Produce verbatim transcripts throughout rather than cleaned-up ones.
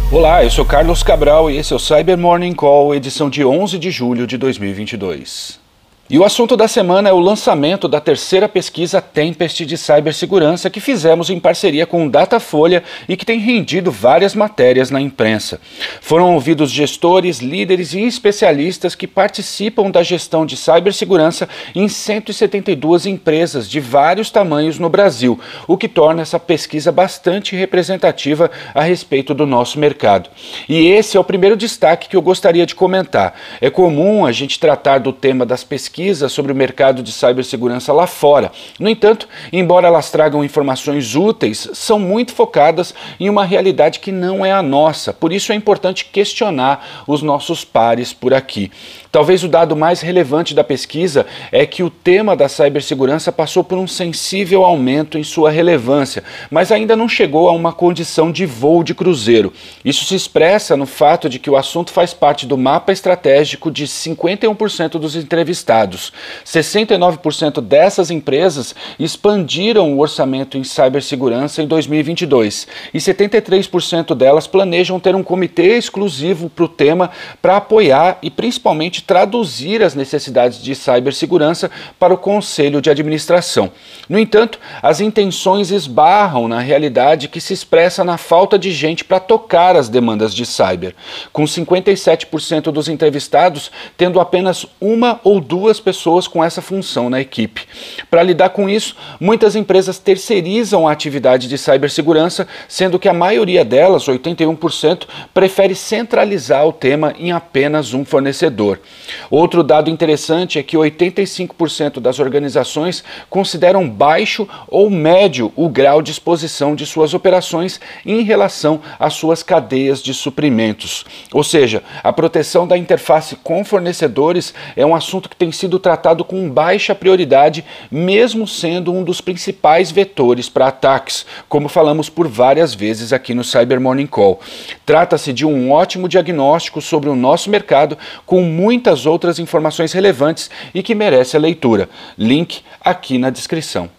Olá, eu sou Carlos Cabral e esse é o Cyber Morning Call, edição de onze de julho de dois mil e vinte e dois. E o assunto da semana é o lançamento da terceira pesquisa Tempest de cibersegurança que fizemos em parceria com o Datafolha e que tem rendido várias matérias na imprensa. Foram ouvidos gestores, líderes e especialistas que participam da gestão de cibersegurança em cento e setenta e duas empresas de vários tamanhos no Brasil, o que torna essa pesquisa bastante representativa a respeito do nosso mercado. E esse é o primeiro destaque que eu gostaria de comentar. É comum a gente tratar do tema das pesquisas sobre o mercado de cibersegurança lá fora. No entanto, embora elas tragam informações úteis, são muito focadas em uma realidade que não é a nossa. Por isso é importante questionar os nossos pares por aqui. Talvez o dado mais relevante da pesquisa é que o tema da cibersegurança passou por um sensível aumento em sua relevância, mas ainda não chegou a uma condição de voo de cruzeiro. Isso se expressa no fato de que o assunto faz parte do mapa estratégico de cinquenta e um por cento dos entrevistados. sessenta e nove por cento dessas empresas expandiram o orçamento em cibersegurança em dois mil e vinte e dois e setenta e três por cento delas planejam ter um comitê exclusivo para o tema para apoiar e principalmente traduzir as necessidades de cibersegurança para o Conselho de Administração. No entanto, as intenções esbarram na realidade que se expressa na falta de gente para tocar as demandas de cyber, com cinquenta e sete por cento dos entrevistados tendo apenas uma ou duas pessoas com essa função na equipe. Para lidar com isso, muitas empresas terceirizam a atividade de cibersegurança, sendo que a maioria delas, oitenta e um por cento, prefere centralizar o tema em apenas um fornecedor. Outro dado interessante é que oitenta e cinco por cento das organizações consideram baixo ou médio o grau de exposição de suas operações em relação às suas cadeias de suprimentos. Ou seja, a proteção da interface com fornecedores é um assunto que tem sido tratado com baixa prioridade, mesmo sendo um dos principais vetores para ataques, como falamos por várias vezes aqui no Cyber Morning Call. Trata-se de um ótimo diagnóstico sobre o nosso mercado, com muitas outras informações relevantes e que merece a leitura. Link aqui na descrição.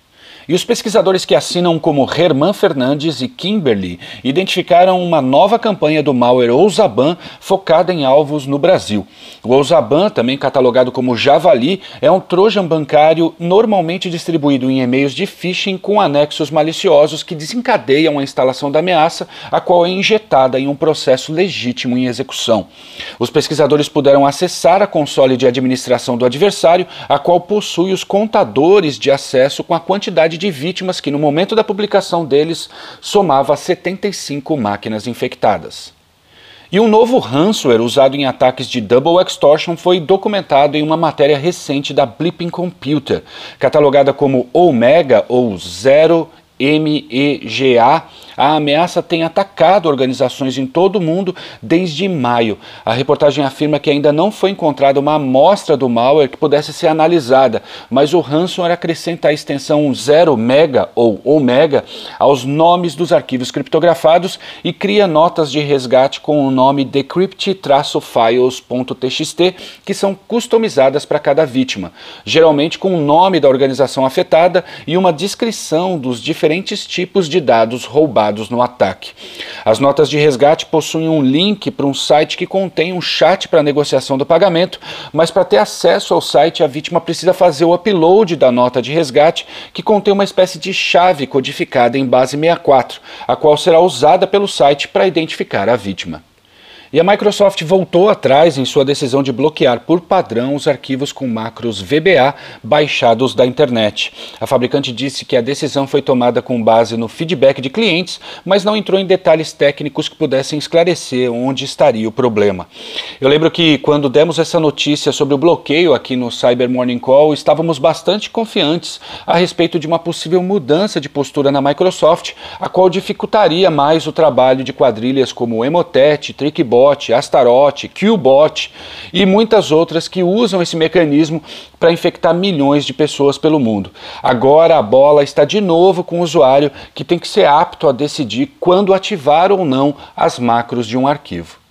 E os pesquisadores que assinam como Herman Fernandes e Kimberly identificaram uma nova campanha do malware Ozaban focada em alvos no Brasil. O Ozaban, também catalogado como Javali, é um trojan bancário normalmente distribuído em e-mails de phishing com anexos maliciosos que desencadeiam a instalação da ameaça, a qual é injetada em um processo legítimo em execução. Os pesquisadores puderam acessar a console de administração do adversário, a qual possui os contadores de acesso com a quantidade de vítimas que no momento da publicação deles somava setenta e cinco máquinas infectadas. E um novo ransomware usado em ataques de double extortion foi documentado em uma matéria recente da Blipping Computer, catalogada como Omega ou zero M E G A. A ameaça tem atacado organizações em todo o mundo desde maio. A reportagem afirma que ainda não foi encontrada uma amostra do malware que pudesse ser analisada, mas o ransomware acrescenta a extensão zero mega ou Omega aos nomes dos arquivos criptografados e cria notas de resgate com o nome decrypt-files ponto t x t que são customizadas para cada vítima, geralmente com o nome da organização afetada e uma descrição dos diferentes tipos de dados roubados no ataque. As notas de resgate possuem um link para um site que contém um chat para negociação do pagamento, mas para ter acesso ao site a vítima precisa fazer o upload da nota de resgate, que contém uma espécie de chave codificada em base sessenta e quatro, a qual será usada pelo site para identificar a vítima. E a Microsoft voltou atrás em sua decisão de bloquear por padrão os arquivos com macros V B A baixados da internet. A fabricante disse que a decisão foi tomada com base no feedback de clientes, mas não entrou em detalhes técnicos que pudessem esclarecer onde estaria o problema. Eu lembro que quando demos essa notícia sobre o bloqueio aqui no Cyber Morning Call, estávamos bastante confiantes a respeito de uma possível mudança de postura na Microsoft, a qual dificultaria mais o trabalho de quadrilhas como Emotet, Trickbot, Astaroth, Qbot e muitas outras que usam esse mecanismo para infectar milhões de pessoas pelo mundo. Agora a bola está de novo com o usuário, que tem que ser apto a decidir quando ativar ou não as macros de um arquivo.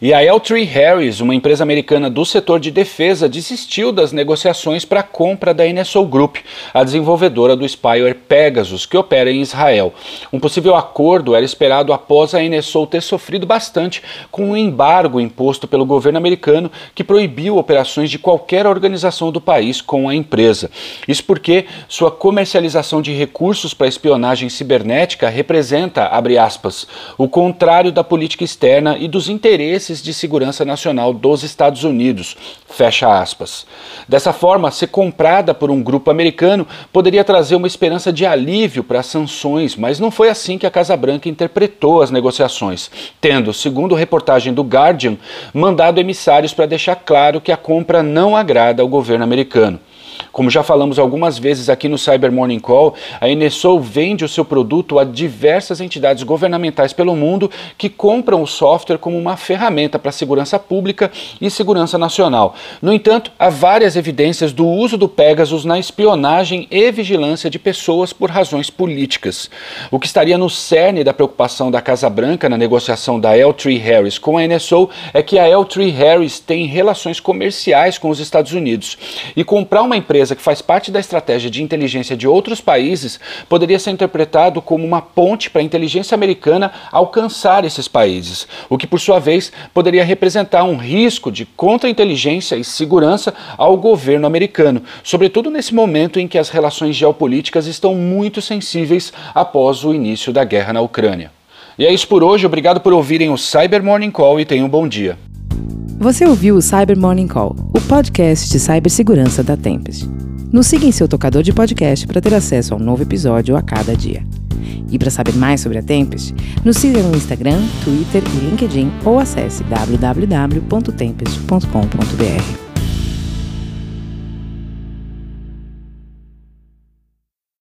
E a L três Harris, uma empresa americana do setor de defesa, desistiu das negociações para a compra da N S O Group, a desenvolvedora do spyware Pegasus, que opera em Israel. Um possível acordo era esperado após a N S O ter sofrido bastante com um embargo imposto pelo governo americano que proibiu operações de qualquer organização do país com a empresa. Isso porque sua comercialização de recursos para espionagem cibernética representa, abre aspas, o contrário da política externa e dos interesses de segurança nacional dos Estados Unidos, fecha aspas. Dessa forma, ser comprada por um grupo americano poderia trazer uma esperança de alívio para as sanções, mas não foi assim que a Casa Branca interpretou as negociações, tendo, segundo reportagem do Guardian, mandado emissários para deixar claro que a compra não agrada ao governo americano. Como já falamos algumas vezes aqui no Cyber Morning Call, a N S O vende o seu produto a diversas entidades governamentais pelo mundo que compram o software como uma ferramenta para a segurança pública e segurança nacional. No entanto, há várias evidências do uso do Pegasus na espionagem e vigilância de pessoas por razões políticas. O que estaria no cerne da preocupação da Casa Branca na negociação da L três Harris com a N S O é que a L três Harris tem relações comerciais com os Estados Unidos e comprar uma empresa que faz parte da estratégia de inteligência de outros países poderia ser interpretado como uma ponte para a inteligência americana alcançar esses países, o que por sua vez poderia representar um risco de contra-inteligência e segurança ao governo americano, sobretudo nesse momento em que as relações geopolíticas estão muito sensíveis após o início da guerra na Ucrânia. E é isso por hoje, obrigado por ouvirem o Cyber Morning Call e tenham um bom dia. Você ouviu o Cyber Morning Call, o podcast de cibersegurança da Tempest. Nos siga em seu tocador de podcast para ter acesso a um novo episódio a cada dia. E para saber mais sobre a Tempest, nos siga no Instagram, Twitter e LinkedIn ou acesse w w w ponto tempest ponto com ponto b r.